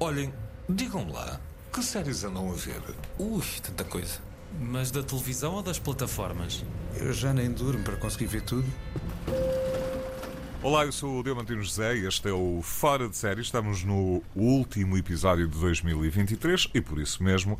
Olhem, digam-me lá, que séries andam a ver? Ui, tanta coisa. Mas da televisão ou das plataformas? Eu já nem durmo para conseguir ver tudo. Olá, eu sou o Diamantino José e este é o Fora de Série. Estamos no último episódio de 2023 e por isso mesmo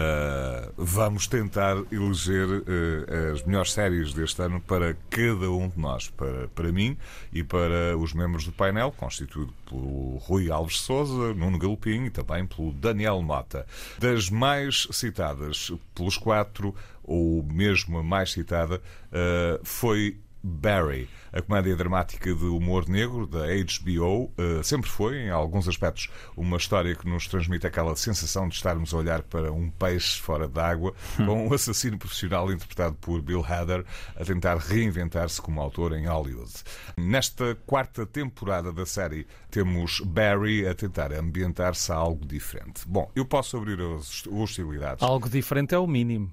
vamos tentar eleger as melhores séries deste ano para cada um de nós, para mim e para os membros do painel, constituído pelo Rui Alves Sousa, Nuno Galopim e também pelo Daniel Mota. Das mais citadas pelos quatro, ou mesmo a mais citada, foi Barry, a comédia dramática de humor negro da HBO. Sempre foi, em alguns aspectos, uma história que nos transmite aquela sensação de estarmos a olhar para um peixe fora d'água, com um assassino profissional interpretado por Bill Hader a tentar reinventar-se como autor em Hollywood. Nesta quarta temporada da série temos Barry a tentar ambientar-se a algo diferente. Bom, eu posso abrir as hostilidades. Algo diferente é o mínimo.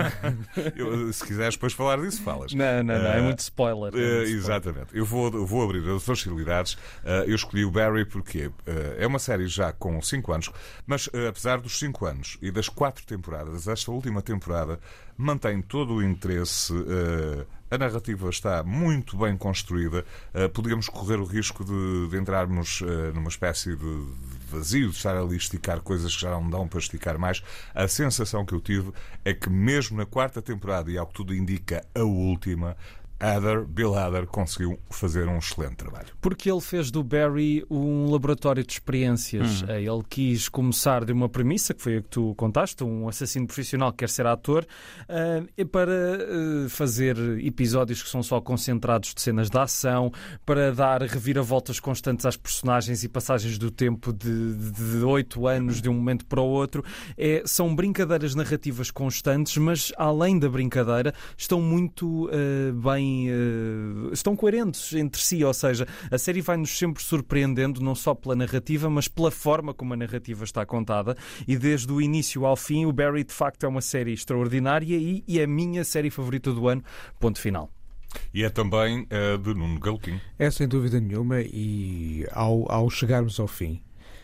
Se quiseres depois falar disso, falas. Não, é muito spoiler. Exatamente. Eu vou abrir as hostilidades. Eu escolhi o Barry porque é uma série já com 5 anos, mas apesar dos 5 anos e das 4 temporadas, esta última temporada mantém todo o interesse. A narrativa está muito bem construída. Podíamos correr o risco de entrarmos numa espécie de vazio, de estar ali a esticar coisas que já não dão para esticar mais. A sensação que eu tive é que mesmo na quarta temporada, e ao que tudo indica, a última, Bill Hader conseguiu fazer um excelente trabalho. Porque ele fez do Barry um laboratório de experiências. Ele quis começar de uma premissa, que foi a que tu contaste, um assassino profissional que quer ser ator, para fazer episódios que são só concentrados de cenas de ação, para dar reviravoltas constantes às personagens e passagens do tempo de 8 anos de um momento para o outro. São brincadeiras narrativas constantes, mas além da brincadeira, estão muito bem estão coerentes entre si, ou seja, a série vai-nos sempre surpreendendo, não só pela narrativa, mas pela forma como a narrativa está contada, e desde o início ao fim, o Barry de facto é uma série extraordinária e é a minha série favorita do ano, ponto final. E é também de Nuno Galopim. É sem dúvida nenhuma, e ao chegarmos ao fim,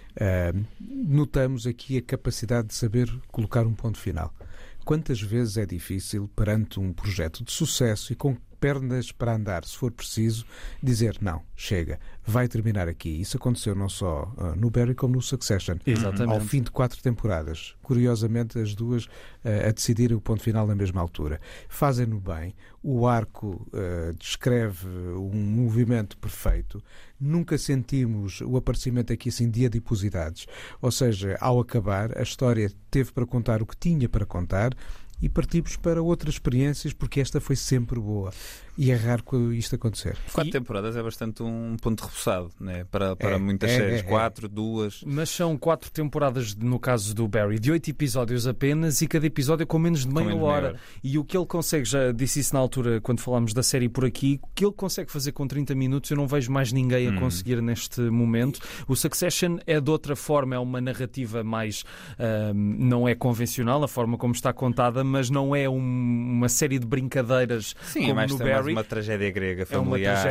notamos aqui a capacidade de saber colocar um ponto final. Quantas vezes é difícil, perante um projeto de sucesso e com pernas para andar, se for preciso, dizer não, chega, vai terminar aqui. Isso aconteceu não só no Barry como no Succession. Exatamente. Ao fim de 4 temporadas. Curiosamente, as duas a decidirem o ponto final na mesma altura. Fazem-no bem. O arco descreve um movimento perfeito. Nunca sentimos o aparecimento aqui assim de adiposidades. Ou seja, ao acabar, a história teve para contar o que tinha para contar, e partimos para outras experiências, porque esta foi sempre boa. E é raro isto acontecer. 4 temporadas é bastante um ponto repousado, né? Para muitas séries. 4, 2... Mas são 4 temporadas, no caso do Barry, de 8 episódios apenas, e cada episódio com menos de meia hora. E o que ele consegue, já disse isso na altura, quando falámos da série por aqui, o que ele consegue fazer com 30 minutos, eu não vejo mais ninguém a conseguir neste momento. O Succession é de outra forma, é uma narrativa mais... não é convencional, a forma como está contada, mas não é uma série de brincadeiras. Sim, como é no Barry. Uma tragédia grega familiar.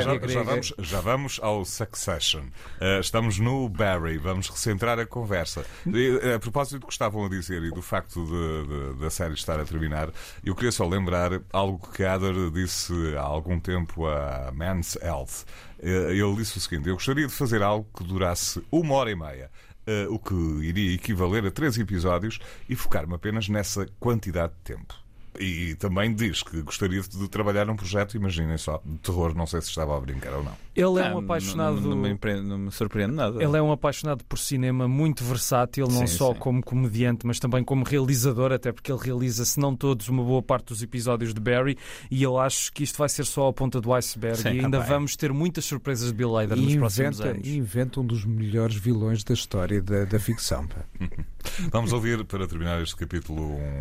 Já vamos ao Succession. Estamos no Barry. Vamos recentrar a conversa. A propósito do que estavam a dizer e do facto da série estar a terminar, eu queria só lembrar algo que Hader disse há algum tempo a Men's Health. Ele disse o seguinte: eu gostaria de fazer algo que durasse 1h30. O que iria equivaler a 3 episódios, e focar-me apenas nessa quantidade de tempo. E também diz que gostaria de trabalhar num projeto, imaginem só, de terror. Não sei se estava a brincar ou não. Ele é um apaixonado... Não me surpreende nada. Ele é um apaixonado por cinema, muito versátil, não só como comediante, mas também como realizador, até porque ele realiza, se não todos, uma boa parte dos episódios de Barry, e eu acho que isto vai ser só a ponta do iceberg. E ainda vamos ter muitas surpresas de Bill Hader nos próximos anos. E inventa um dos melhores vilões da história da ficção. Vamos ouvir, para terminar este capítulo,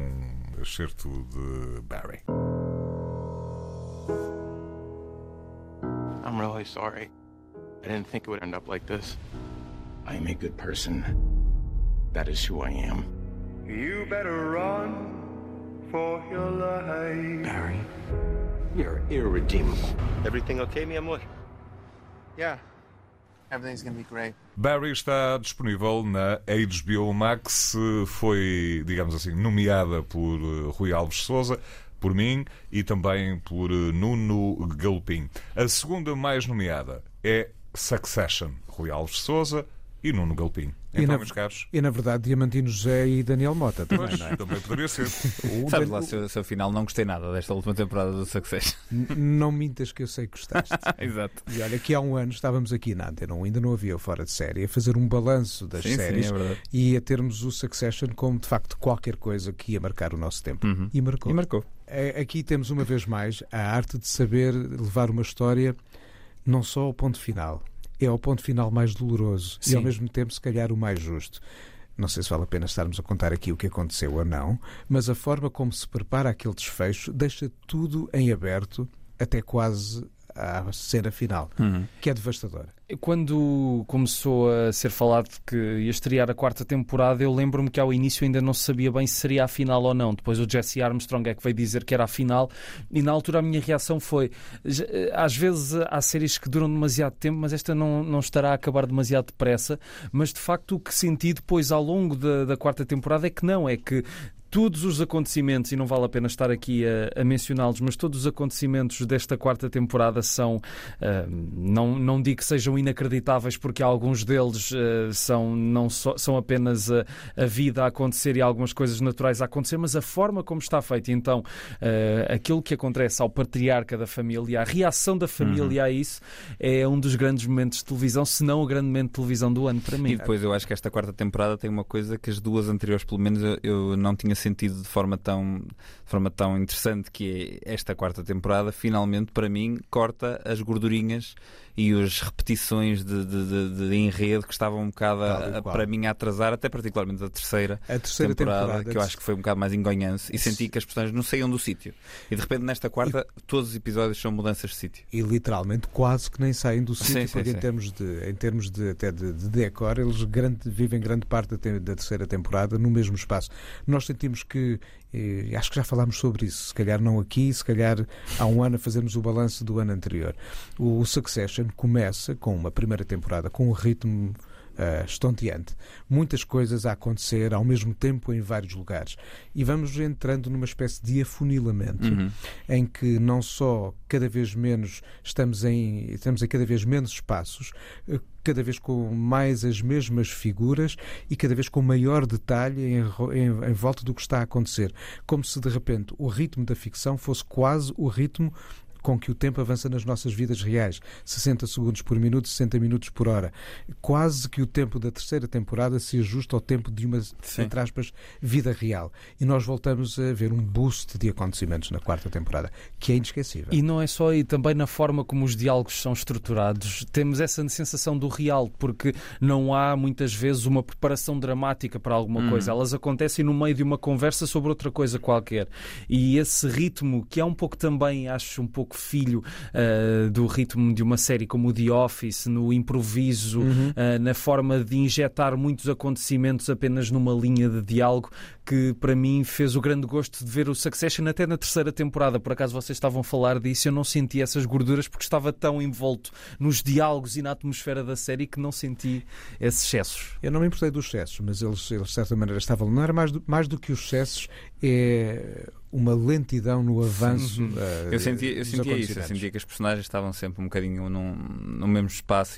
um excerto de Barry. I'm really sorry. I didn't think it would end up like this. I'm a good person. That is who I am. You better run for your life. Barry, you're irredeemable. Everything okay, mi amor? Yeah. Everything's gonna be great. Barry está disponível na HBO Max. Foi, digamos assim, nomeada por Rui Alves Sousa, por mim e também por Nuno Galopim. A segunda mais nomeada é Succession. Rui Alves Sousa e Nuno Galopim. Então, meus caros. E na verdade, Diamantino José e Daniel Mota também, Mas, não é? também poderia ser. Sabes lá, se eu final não gostei nada desta última temporada do Succession. Não mintas que eu sei que gostaste. Exato. E olha, aqui há um ano estávamos aqui na Antena 1, ainda não havia o Fora de Série, a fazer um balanço das séries, Sim, é verdade. e a termos o Succession como de facto qualquer coisa que ia marcar o nosso tempo. E marcou. E marcou. Aqui temos uma vez mais a arte de saber levar uma história não só ao ponto final, é ao ponto final mais doloroso e ao mesmo tempo se calhar o mais justo. Não sei se vale a pena estarmos a contar aqui o que aconteceu ou não, mas a forma como se prepara aquele desfecho deixa tudo em aberto até quase à cena final, que é devastadora. Quando começou a ser falado que ia estrear a 4ª temporada, eu lembro-me que ao início ainda não se sabia bem se seria a final ou não. Depois o Jesse Armstrong é que veio dizer que era a final, e na altura a minha reação foi: às vezes há séries que duram demasiado tempo, mas esta não estará a acabar demasiado depressa. Mas de facto o que senti depois ao longo da 4ª temporada é que não, é que todos os acontecimentos, e não vale a pena estar aqui a mencioná-los, mas todos os acontecimentos desta 4ª temporada são, não digo que sejam inacreditáveis, porque alguns deles são apenas a vida a acontecer e algumas coisas naturais a acontecer, mas a forma como está feita. Então, aquilo que acontece ao patriarca da família, a reação da família a isso, é um dos grandes momentos de televisão, se não o grande momento de televisão do ano para mim. E depois eu acho que esta 4ª temporada tem uma coisa que as duas anteriores, pelo menos, eu não tinha sentido de forma tão interessante, que é esta 4ª temporada, finalmente, para mim, corta as gordurinhas e as repetições de enredo que estavam um bocado para mim a atrasar, até particularmente a terceira temporada, que eu acho que foi um bocado mais engonhance, e senti que as personagens não saíam do sítio. E de repente nesta 4ª todos os episódios são mudanças de sítio. E literalmente quase que nem saem do sítio, porque em termos de decor, eles vivem grande parte da terceira temporada no mesmo espaço. Nós sentimos que, acho que já falámos sobre isso, se calhar não aqui, se calhar há um ano a fazermos o balanço do ano anterior. O Succession começa com uma primeira temporada com um ritmo estonteante, muitas coisas a acontecer ao mesmo tempo em vários lugares, e vamos entrando numa espécie de afunilamento em que não só cada vez menos estamos em cada vez menos espaços, cada vez com mais as mesmas figuras e cada vez com maior detalhe em volta do que está a acontecer, como se de repente o ritmo da ficção fosse quase o ritmo com que o tempo avança nas nossas vidas reais. 60 segundos por minuto, 60 minutos por hora. Quase que o tempo da terceira temporada se ajusta ao tempo de uma, entre aspas, vida real. E nós voltamos a ver um boost de acontecimentos na 4ª temporada, que é inesquecível. E não é só aí, também na forma como os diálogos são estruturados. Temos essa sensação do real, porque não há muitas vezes uma preparação dramática para alguma coisa. Elas acontecem no meio de uma conversa sobre outra coisa qualquer. E esse ritmo, que é um pouco também, acho, um pouco filho do ritmo de uma série como o The Office, no improviso, na forma de injetar muitos acontecimentos apenas numa linha de diálogo, que para mim fez o grande gosto de ver o Succession até na terceira temporada. Por acaso vocês estavam a falar disso, eu não senti essas gorduras porque estava tão envolto nos diálogos e na atmosfera da série que não senti esses excessos. Eu não me importei dos excessos, mas eles de certa maneira estavam... Não era mais do que os excessos, é uma lentidão no avanço. Eu sentia isso, eu sentia que as personagens estavam sempre um bocadinho no mesmo espaço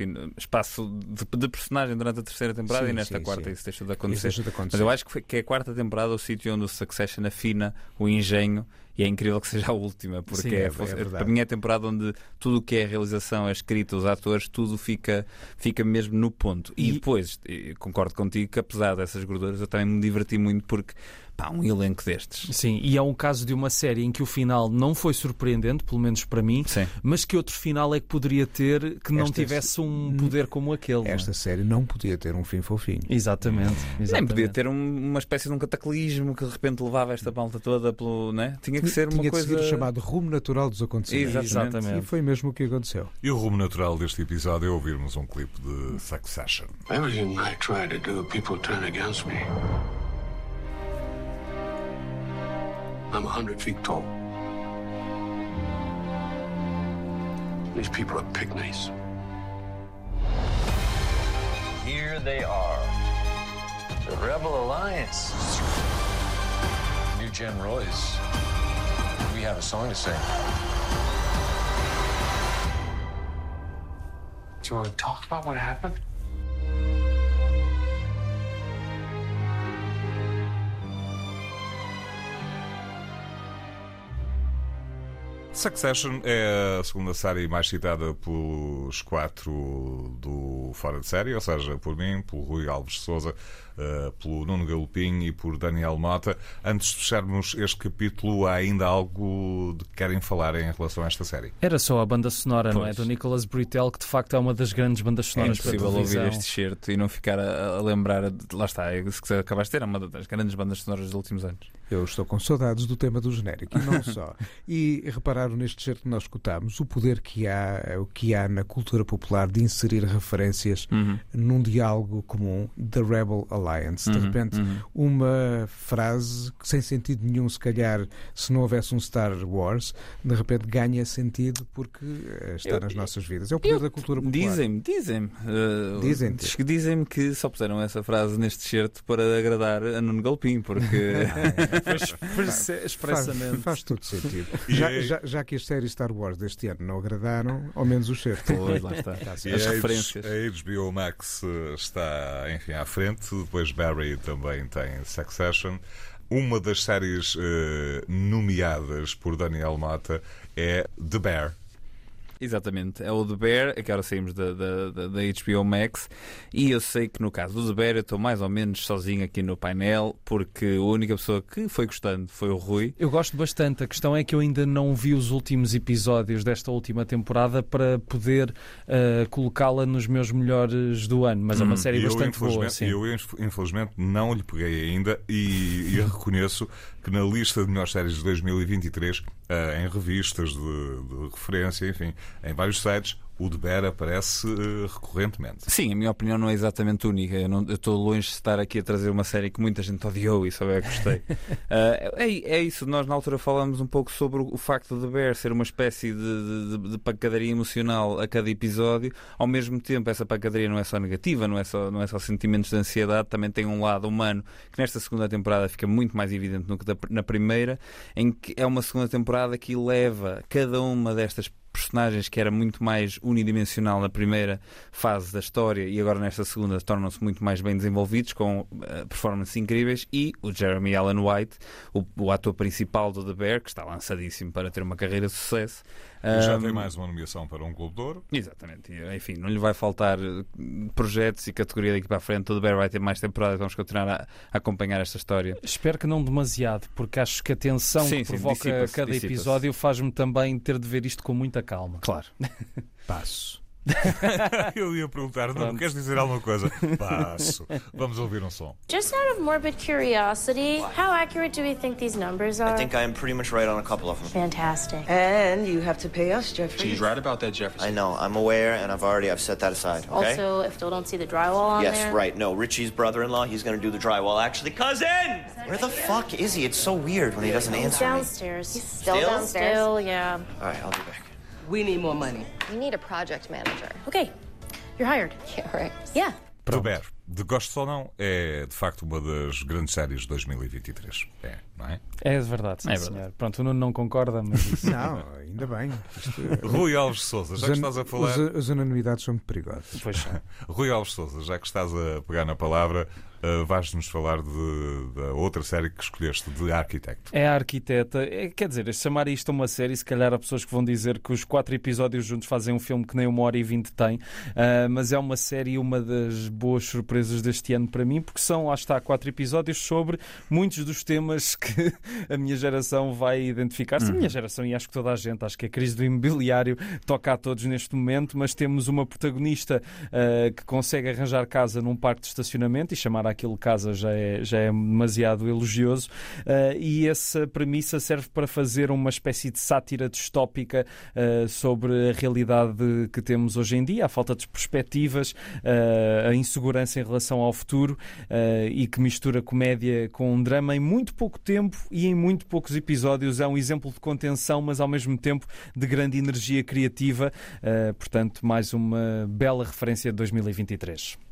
de personagem durante a terceira temporada, e nesta quarta isso deixou de acontecer. Mas eu acho que é a 4ª temporada o sítio onde o Succession afina o engenho, e é incrível que seja a última, porque para mim é a temporada onde tudo o que é a realização, a escrita, os atores, tudo fica mesmo no ponto. E depois, concordo contigo que apesar dessas gorduras eu também me diverti muito, porque um elenco destes. Sim, e é um caso de uma série em que o final não foi surpreendente, pelo menos para mim, mas que outro final é que poderia ter que não tivesse um poder como aquele. Esta série não podia ter um fim fofinho. Exatamente. Nem podia ter uma espécie de um cataclismo que de repente levava esta malta toda pelo... Né? Tinha que ser uma coisa... Tinha de seguir o chamado rumo natural dos acontecimentos. Exatamente. E foi mesmo o que aconteceu. E o rumo natural deste episódio é ouvirmos um clipe de Succession. Everything I try to do, people turn against me. I'm 100 feet tall. These people are pygmies. here they are. The Rebel Alliance. New Gen Royce. We have a song to sing. Do you want to talk about what happened? Succession é a segunda série mais citada pelos 4 do Fora de Série, ou seja, por mim, pelo Rui Alves de Sousa, pelo Nuno Galopim e por Daniel Mota. Antes de fecharmos este capítulo, há ainda algo de que querem falar em relação a esta série? Era só a banda sonora, não é? Do Nicholas Britell, que de facto é uma das grandes bandas sonoras para a televisão. É impossível ouvir este certo e não ficar a lembrar, lá está, se que acabaste de ter, é uma das grandes bandas sonoras dos últimos anos. Eu estou com saudades do tema do genérico, e não só. E repararam neste certo que nós escutámos o poder que há na cultura popular de inserir referências num diálogo comum da Rebel Alliance. De repente, uma frase que sem sentido nenhum, se calhar, se não houvesse um Star Wars, de repente ganha sentido porque está nas nossas vidas. É o poder da cultura popular. Dizem-me que só puseram essa frase neste certo para agradar a Nuno Galopim, porque... expressamente. Faz todo sentido. Já que as séries Star Wars deste ano não agradaram, ao menos o certo. Pois, lá está. As referências. A HBO Max está, enfim, à frente. Depois Barry também tem Succession. Uma das séries nomeadas por Daniel Mota é The Bear. Exatamente, é o The Bear, que agora saímos da HBO Max, e eu sei que no caso do The Bear eu estou mais ou menos sozinho aqui no painel, porque a única pessoa que foi gostando foi o Rui. Eu gosto bastante, a questão é que eu ainda não vi os últimos episódios desta última temporada para poder colocá-la nos meus melhores do ano, mas é uma série bastante boa. Sim. Eu infelizmente não lhe peguei ainda e reconheço que na lista de melhores séries de 2023, em revistas de referência, enfim, em vários sites, o The Bear aparece recorrentemente. Sim, a minha opinião não é exatamente única. Eu estou longe de estar aqui a trazer uma série que muita gente odiou e só eu gostei. É isso, nós na altura falamos um pouco sobre o facto de The Bear ser uma espécie de pancadaria emocional a cada episódio. Ao mesmo tempo, essa pancadaria não é só negativa, não é só sentimentos de ansiedade, também tem um lado humano que nesta segunda temporada fica muito mais evidente do que na primeira, em que é uma segunda temporada que leva cada uma destas personagens que era muito mais unidimensional na primeira fase da história e agora nesta segunda tornam-se muito mais bem desenvolvidos, com performances incríveis, e o Jeremy Allen White, o ator principal do The Bear, que está lançadíssimo para ter uma carreira de sucesso. Já tem mais uma nomeação para um Globo de Ouro. Exatamente. Enfim, não lhe vai faltar projetos e categoria daqui para a frente. O The Bear vai ter mais temporadas, vamos continuar a acompanhar esta história. Espero que não demasiado, porque acho que a tensão que provoca cada episódio faz-me também ter de ver isto com muita calma. Claro. Passo. Eu ia perguntar, não queres dizer alguma coisa? Passo. Vamos ouvir um som. Just out of morbid curiosity, how accurate do we think these numbers are? I think I am pretty much right on a couple of them. Fantastic. And you have to pay us, Jeffrey. She's right about that, Jefferson. I know, I'm aware, and I've set that aside, okay? Also, if still don't see the drywall on there? Yes, right. No, Richie's brother-in-law, he's going to do the drywall. Actually, cousin! Where the fuck is he? It's so weird when he doesn't answer me. Downstairs. He's still downstairs? Still, yeah. All right, I'll be back. We need more money. We need a project manager. Okay, you're hired. Yeah, right. Yeah. The Bear, de gosto ou não, é de facto uma das grandes séries de 2023. Não é? É verdade, sim, senhor. Pronto, o Nuno não concorda, mas isso... Não, ainda bem. Rui Alves de Sousa, já que estás a falar... As unanimidades são muito perigosas. Pois são. Rui Alves de Sousa, já que estás a pegar na palavra, vais-nos falar da outra série que escolheste, de Arquiteto. É a Arquiteta. Quer dizer, chamar isto uma série, se calhar há pessoas que vão dizer que os 4 episódios juntos fazem um filme que nem 1h20 tem, mas é uma série, uma das boas surpresas deste ano para mim, porque são, lá está, 4 episódios sobre muitos dos temas que a minha geração vai identificar-se. A minha geração, e acho que toda a gente, acho que a crise do imobiliário toca a todos neste momento, mas temos uma protagonista que consegue arranjar casa num parque de estacionamento, e chamar aquilo casa já é demasiado elogioso, e essa premissa serve para fazer uma espécie de sátira distópica sobre a realidade que temos hoje em dia, a falta de perspectivas, a insegurança em relação ao futuro, e que mistura comédia com um drama em muito pouco tempo e em muito poucos episódios. É um exemplo de contenção, mas ao mesmo tempo de grande energia criativa. Portanto, mais uma bela referência de 2023.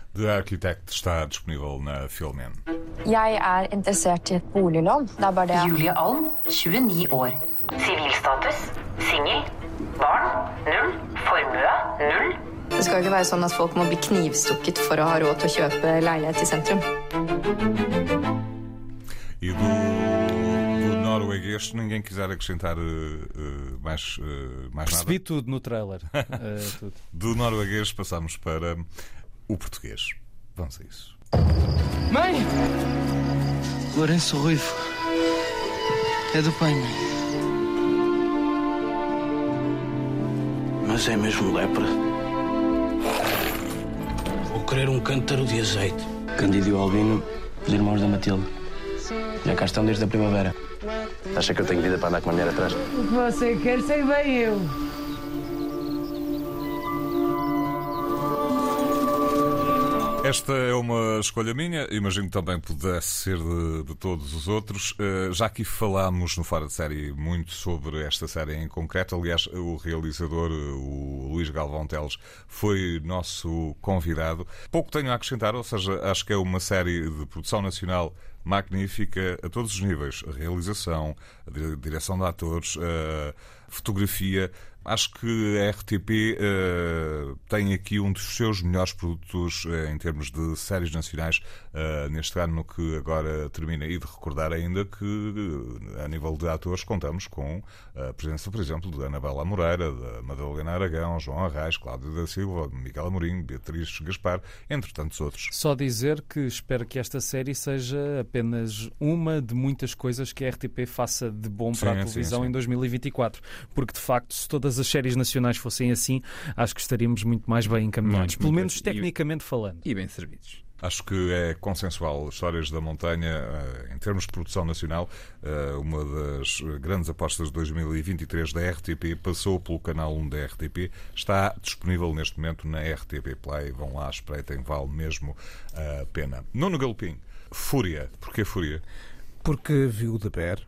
The Architect está disponível na Filmin. Jeg interessert I et boliglån. Det bare det. Julie Alm, 29 år. Sivilstatus, singel. Barn, 0. Formue, 0. Det skal ikke være sånn at folk må bli knivstukket for å ha råd til å kjøpe leilighet I sentrum. E do norueguês, ninguém quiser acrescentar mais Percebi nada? tudo no trailer. Tudo. Do norueguês passamos para o português. Vamos a isso. Mãe! Lourenço Ruivo. É do pai, mãe. Mas é mesmo lepra? Vou querer um cântaro de azeite. Candídio Albino, os irmãos da Matilde. Já cá estão desde a primavera. Acha que eu tenho vida para andar com uma mulher atrás? O que você quer, sei bem eu. Esta é uma escolha minha, imagino que também pudesse ser de todos os outros. Já aqui falámos no Fora de Série muito sobre esta série em concreto. Aliás, o realizador, o Luís Galvão Teles, foi nosso convidado. Pouco tenho a acrescentar, ou seja, acho que é uma série de produção nacional magnífica a todos os níveis. A realização, a direção de atores, a fotografia. Acho que a RTP tem aqui um dos seus melhores produtos em termos de séries nacionais neste ano que agora termina. E de recordar ainda que, a nível de atores, contamos com a presença, por exemplo, de Anabela Moreira, da Madalena Aragão, João Arraes, Cláudio da Silva, Miguel Amorim, Beatriz Gaspar, entre tantos outros. Só dizer que espero que esta série seja apenas uma de muitas coisas que a RTP faça de bom para a televisão em 2024. Porque, de facto, se todas as séries nacionais fossem assim, acho que estaríamos muito mais bem encaminhados, pelo menos tecnicamente falando. E bem servidos. Acho que é consensual. Histórias da Montanha, em termos de produção nacional, uma das grandes apostas de 2023 da RTP, passou pelo canal 1 da RTP, está disponível neste momento na RTP Play. Vão lá, espreitem, vale mesmo a pena. Nuno Galopim, Fúria. Porquê Fúria? Porque viu o The Bear.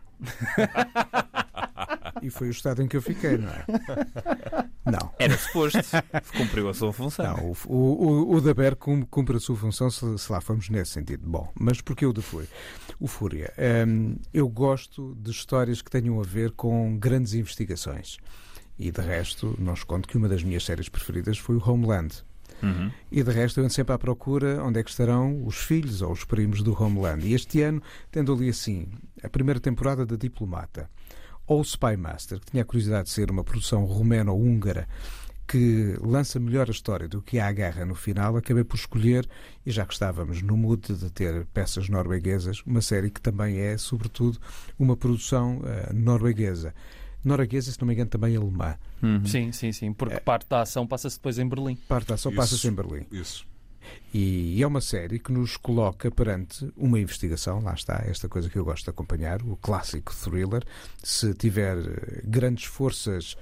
E foi o estado em que eu fiquei, não é? Não. Era suposto. Cumpriu a sua função. Não, o The Bear cumpre a sua função se lá formos nesse sentido. Bom, mas porquê o de Fúria? O Fúria. Eu gosto de histórias que tenham a ver com grandes investigações. E de resto, não os conto que uma das minhas séries preferidas foi o Homeland. Uhum. E de resto eu ando sempre à procura onde é que estarão os filhos ou os primos do Homeland. E este ano, tendo ali assim a primeira temporada da Diplomata, ou o Spy Master, que tinha a curiosidade de ser uma produção romeno-húngara que lança melhor a história do que a guerra no final, acabei por escolher, e já que estávamos no mood de ter peças norueguesas, uma série que também é, sobretudo, uma produção norueguesa. Norueguesa, se não me engano, também alemã. Uhum. Sim, porque parte da ação passa-se depois em Berlim. Parte da ação passa-se em Berlim. Isso. E é uma série que nos coloca perante uma investigação, lá está, esta coisa que eu gosto de acompanhar, o clássico thriller. Se tiver grandes forças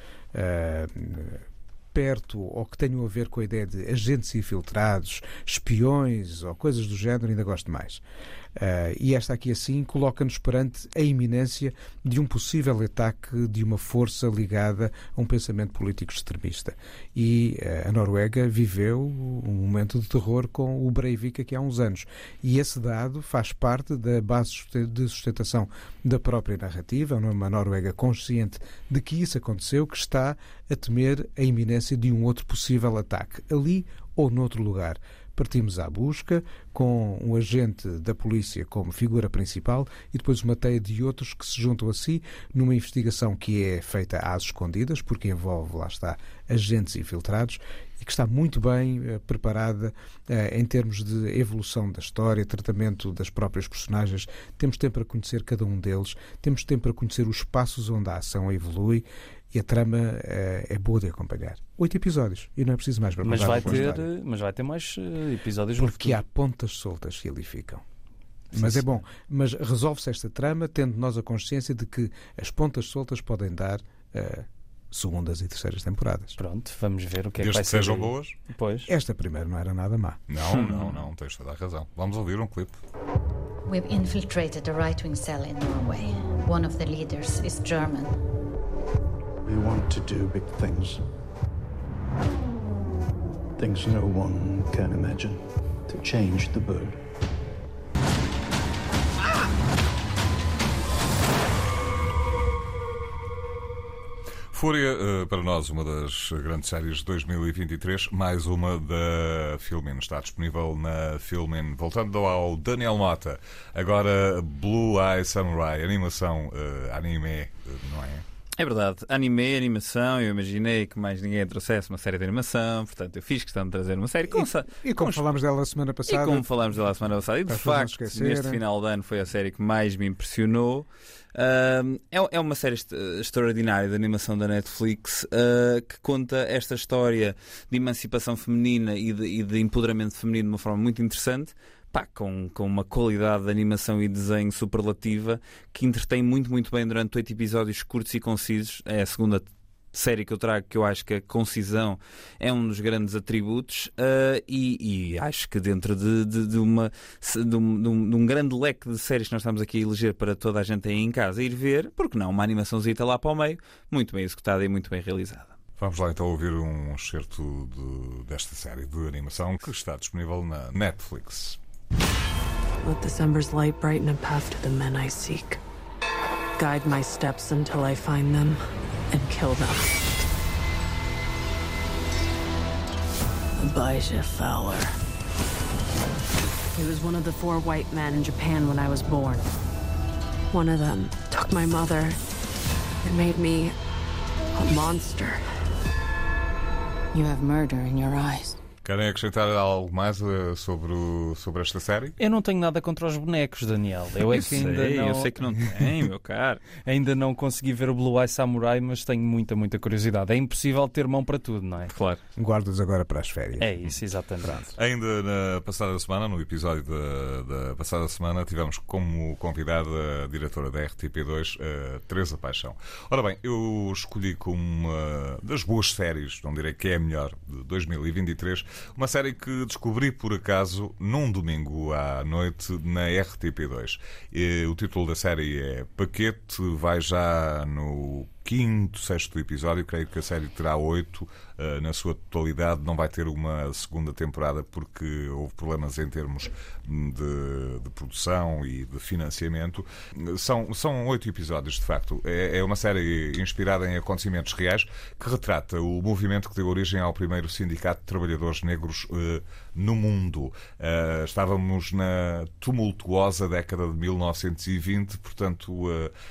perto ou que tenham a ver com a ideia de agentes infiltrados, espiões ou coisas do género, ainda gosto mais. E esta aqui assim coloca-nos perante a iminência de um possível ataque de uma força ligada a um pensamento político extremista. E a Noruega viveu um momento de terror com o Breivik aqui há uns anos. E esse dado faz parte da base de sustentação da própria narrativa. É uma Noruega consciente de que isso aconteceu, que está a temer a iminência de um outro possível ataque, ali ou noutro lugar. Partimos à busca, com um agente da polícia como figura principal e depois uma teia de outros que se juntam a si numa investigação que é feita às escondidas, porque envolve, lá está, agentes infiltrados, e que está muito bem preparada em termos de evolução da história, tratamento das próprias personagens. Temos tempo para conhecer cada um deles, temos tempo para conhecer os passos onde a ação evolui. E a trama é boa de acompanhar. 8 episódios. E não é preciso mais para mas vai ter mais episódios no futuro. Porque há pontas soltas que ali ficam. Mas é bom. Mas resolve-se esta trama tendo nós a consciência de que as pontas soltas podem dar segundas e terceiras temporadas. Pronto, vamos ver o que é que vai ser. Desde que sejam boas. Pois. Esta primeira não era nada má. Não, tens toda a razão. Vamos ouvir um clipe. We've infiltrated a right-wing cell in Norway. One of the leaders is German. We want to do big things. Things no one can imagine. to change the bird. Fúria, para nós, uma das grandes séries de 2023, mais uma da Filmin. Está disponível na Filmin. Voltando ao Daniel Mota, agora Blue Eye Samurai, animação, anime, não é? É verdade, anime, animação, eu imaginei que mais ninguém trouxesse uma série de animação, portanto eu fiz questão de trazer uma série e como falámos dela a semana passada. E como falámos dela a semana passada, e de facto, neste final de ano foi a série que mais me impressionou. É uma série extraordinária de animação da Netflix que conta esta história de emancipação feminina e de empoderamento feminino de uma forma muito interessante. Com uma qualidade de animação e desenho superlativa que entretém muito, muito bem durante 8 episódios curtos e concisos. É a segunda série que eu trago, que eu acho que a concisão é um dos grandes atributos, e acho que dentro de um grande leque de séries que nós estamos aqui a eleger para toda a gente aí em casa ir ver, porque não, uma animaçãozita lá para o meio, muito bem executada e muito bem realizada. Vamos lá então ouvir um excerto desta série de animação que está disponível na Netflix. Let December's light brighten a path to the men I seek. Guide my steps until I find them and kill them. Abijah Fowler. He was one of the 4 white men in Japan when I was born. One of them took my mother and made me a monster. You have murder in your eyes. Querem acrescentar algo mais sobre esta série? Eu não tenho nada contra os bonecos, Daniel. Eu sei que não tem, meu caro. Ainda não consegui ver o Blue Eye Samurai, mas tenho muita, muita curiosidade. É impossível ter mão para tudo, não é? Claro. Guardas agora para as férias. É isso, exatamente. Ainda na passada semana, no episódio da passada semana, tivemos como convidada a diretora da RTP2, Teresa Paixão. Ora bem, eu escolhi como uma das boas séries, não direi que é a melhor, de 2023, uma série que descobri por acaso num domingo à noite na RTP2. O título da série é Paquete, vai já no 5º, 6º episódio, creio que a série terá 8 na sua totalidade, não vai ter uma segunda temporada porque houve problemas em termos de produção e de financiamento. São 8 episódios, de facto. É uma série inspirada em acontecimentos reais que retrata o movimento que deu origem ao primeiro sindicato de trabalhadores negros no mundo. Estávamos na tumultuosa década de 1920, portanto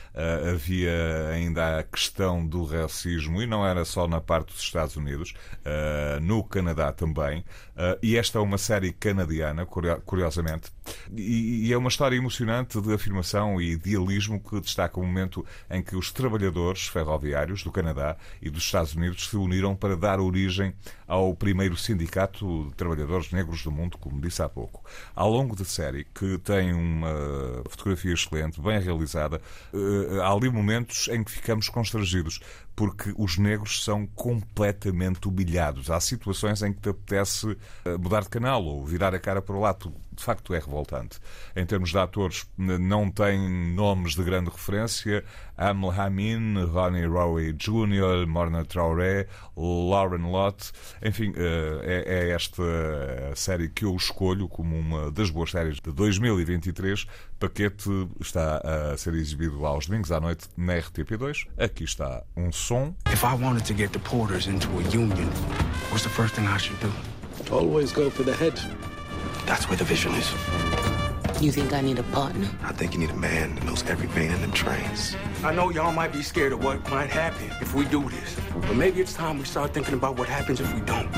havia ainda a questão do racismo, e não era só na parte dos Estados Unidos, no Canadá também, e esta é uma série canadiana, curiosamente, e é uma história emocionante de afirmação e idealismo que destaca o momento em que os trabalhadores ferroviários do Canadá e dos Estados Unidos se uniram para dar origem ao primeiro sindicato de trabalhadores negros do mundo, como disse há pouco. Ao longo da série, que tem uma fotografia excelente, bem realizada, há ali momentos em que ficamos constrangidos, porque os negros são completamente humilhados. Há situações em que te apetece mudar de canal ou virar a cara para o lado. De facto é revoltante. Em termos de atores, não tem nomes de grande referência. Aml Hamin, Ronnie Rowe Jr., Morna Traoré, Lauren Lott. Enfim, é esta série que eu escolho como uma das boas séries de 2023. Paquete está a ser exibido aos domingos à noite na RTP2. Aqui está um som. If I wanted to get the porters into a union, what's the first thing I should do? Always go for the head. That's where the vision is. You think I need a partner? I think you need a man that knows every vein in them trains. I know y'all might be scared of what might happen if we do this, but maybe it's time we start thinking about what happens if we don't.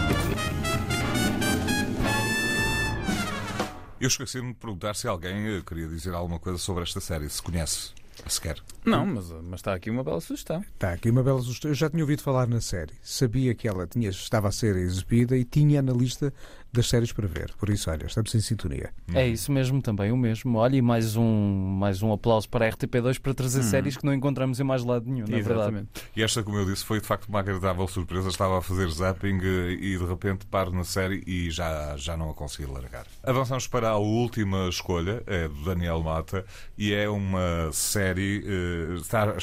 Eu esqueci-me de perguntar se alguém queria dizer alguma coisa sobre esta série, se conhece. Sequer. Não, mas está aqui uma bela sugestão. Está aqui uma bela sugestão. Eu já tinha ouvido falar na série. Sabia que ela estava a ser exibida e tinha na lista das séries para ver. Por isso, olha, estamos em sintonia. É isso mesmo, também o mesmo. Olha, e mais um aplauso para a RTP2 para trazer séries que não encontramos em mais lado nenhum, na verdade. E esta, como eu disse, foi de facto uma agradável surpresa. Estava a fazer zapping e de repente paro na série e já não a consegui largar. Avançamos para a última escolha, é do Daniel Mota, e é uma série, está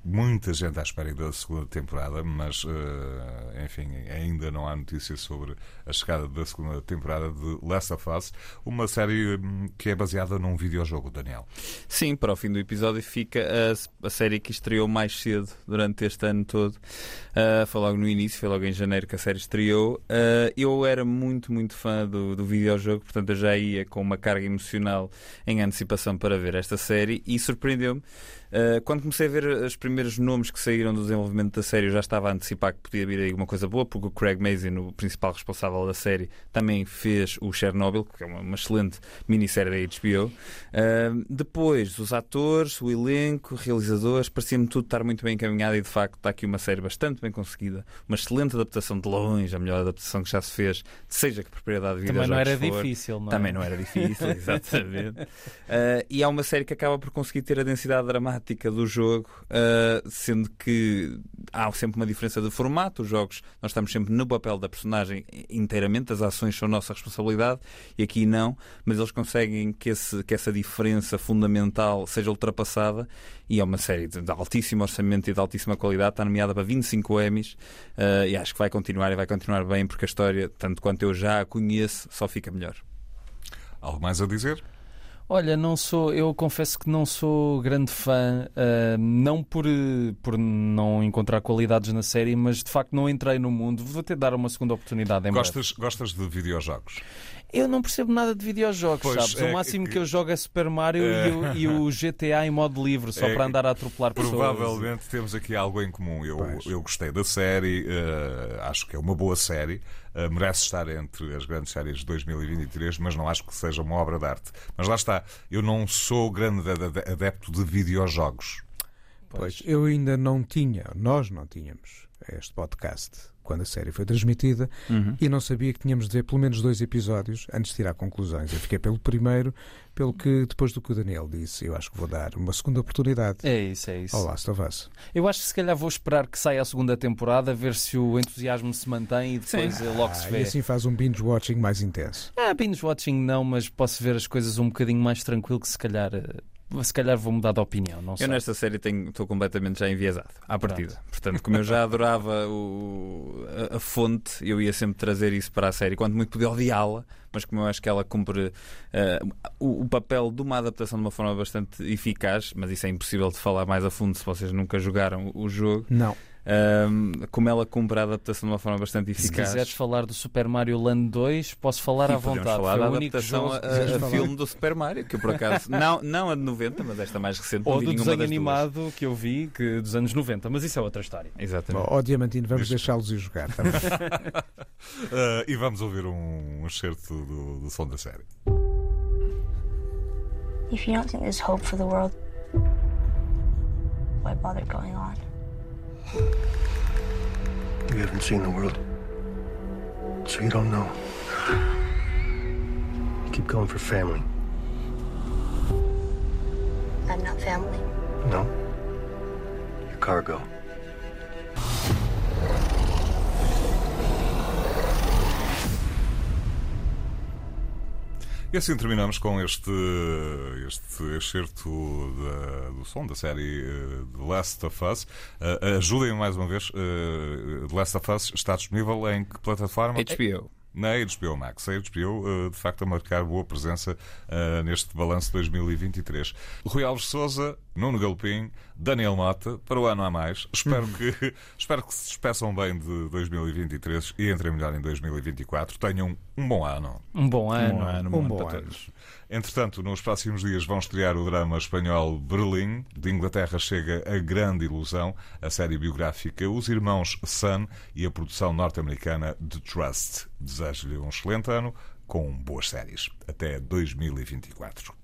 muita gente à espera da segunda temporada, mas enfim, ainda não há notícias sobre a chegada da segunda temporada de Last of Us, uma série que é baseada num videojogo, Daniel. Sim, para o fim do episódio fica a série que estreou mais cedo durante este ano todo. Foi logo no início, foi logo em janeiro que a série estreou. Eu era muito fã do videojogo, portanto eu já ia com uma carga emocional em antecipação para ver esta série, e surpreendeu-me. Quando comecei a ver os primeiros nomes que saíram do desenvolvimento da série, eu já estava a antecipar que podia vir aí uma coisa boa, porque o Craig Mazin, o principal responsável da série, também fez o Chernobyl, que é uma excelente minissérie da HBO. Depois, os atores, o elenco, realizadores, parecia-me tudo estar muito bem encaminhado, e de facto está aqui uma série bastante bem conseguida, uma excelente adaptação, de longe a melhor adaptação que já se fez, seja que propriedade de videojogos também não era for. Difícil, não é? Também não era difícil, exatamente. E é uma série que acaba por conseguir ter a densidade dramática do jogo, sendo que há sempre uma diferença de formato. Os jogos, nós estamos sempre no papel da personagem inteiramente, as ações são nossa responsabilidade, e aqui não, mas eles conseguem que essa diferença fundamental seja ultrapassada, e é uma série de altíssimo orçamento e de altíssima qualidade, está nomeada para 25 Emmys, e acho que vai continuar, e vai continuar bem, porque a história, tanto quanto eu já a conheço, só fica melhor. Algo mais a dizer? Olha, eu confesso que não sou grande fã, não por não encontrar qualidades na série, mas de facto não entrei no mundo. Vou ter de dar uma segunda oportunidade em breve. Gostas de videojogos? Eu não percebo nada de videojogos, sabes? O máximo que eu jogo é Super Mario e o GTA em modo livre, só para andar a atropelar pessoas. Provavelmente temos aqui algo em comum. Eu gostei da série, acho que é uma boa série, merece estar entre as grandes séries de 2023, mas não acho que seja uma obra de arte. Mas lá está, eu não sou grande adepto de videojogos. Pois, nós não tínhamos este podcast quando a série foi transmitida, e não sabia que tínhamos de ver pelo menos 2 episódios antes de tirar conclusões. Eu fiquei pelo primeiro, depois do que o Daniel disse, eu acho que vou dar uma segunda oportunidade. É isso. Ao Last of Us. Eu acho que se calhar vou esperar que saia a segunda temporada, ver se o entusiasmo se mantém, e depois logo se vê. E assim faz um binge-watching mais intenso. Binge-watching não, mas posso ver as coisas um bocadinho mais tranquilo, que se calhar vou mudar de opinião. Não sei. Eu nesta série estou completamente já enviesado à partida. Portanto, como eu já adorava a fonte, eu ia sempre trazer isso para a série, quanto muito podia odiá-la, mas como eu acho que ela cumpre o papel de uma adaptação de uma forma bastante eficaz, mas isso é impossível de falar mais a fundo se vocês nunca jogaram o jogo. Não. Como ela cumpre a adaptação de uma forma bastante eficaz. Se quiseres falar do Super Mario Land 2, posso falar à vontade. Falar Foi da o único adaptação jogo a filme do Super Mario, que eu por acaso não a de 90, mas esta mais recente. Ou do desenho animado que eu vi, dos anos 90, mas isso é outra história. Exatamente. Ó Diamantino, vamos deixá-los ir jogar também. E vamos ouvir um excerto do som da série. If you don't think there's hope for the world, why bother going on? You haven't seen the world, so you don't know. You keep going for family. I'm not family. No? You're cargo. E assim terminamos com este excerto do som da série The Last of Us. Ajudem-me mais uma vez. The Last of Us está disponível em que plataforma? HBO. Na HBO Max. A HBO, de facto, a marcar boa presença neste balanço de 2023. Rui Alves Sousa, Nuno Galpim, Daniel Mota, para o ano a mais. Espero que se despeçam bem de 2023 e entrem melhor em 2024. Tenham um bom ano. Um bom ano para todos. Entretanto, nos próximos dias vão estrear o drama espanhol Berlim. De Inglaterra chega A Grande Ilusão, a série biográfica Os Irmãos Sun e a produção norte-americana The Trust. Desejo-lhe um excelente ano com boas séries. Até 2024.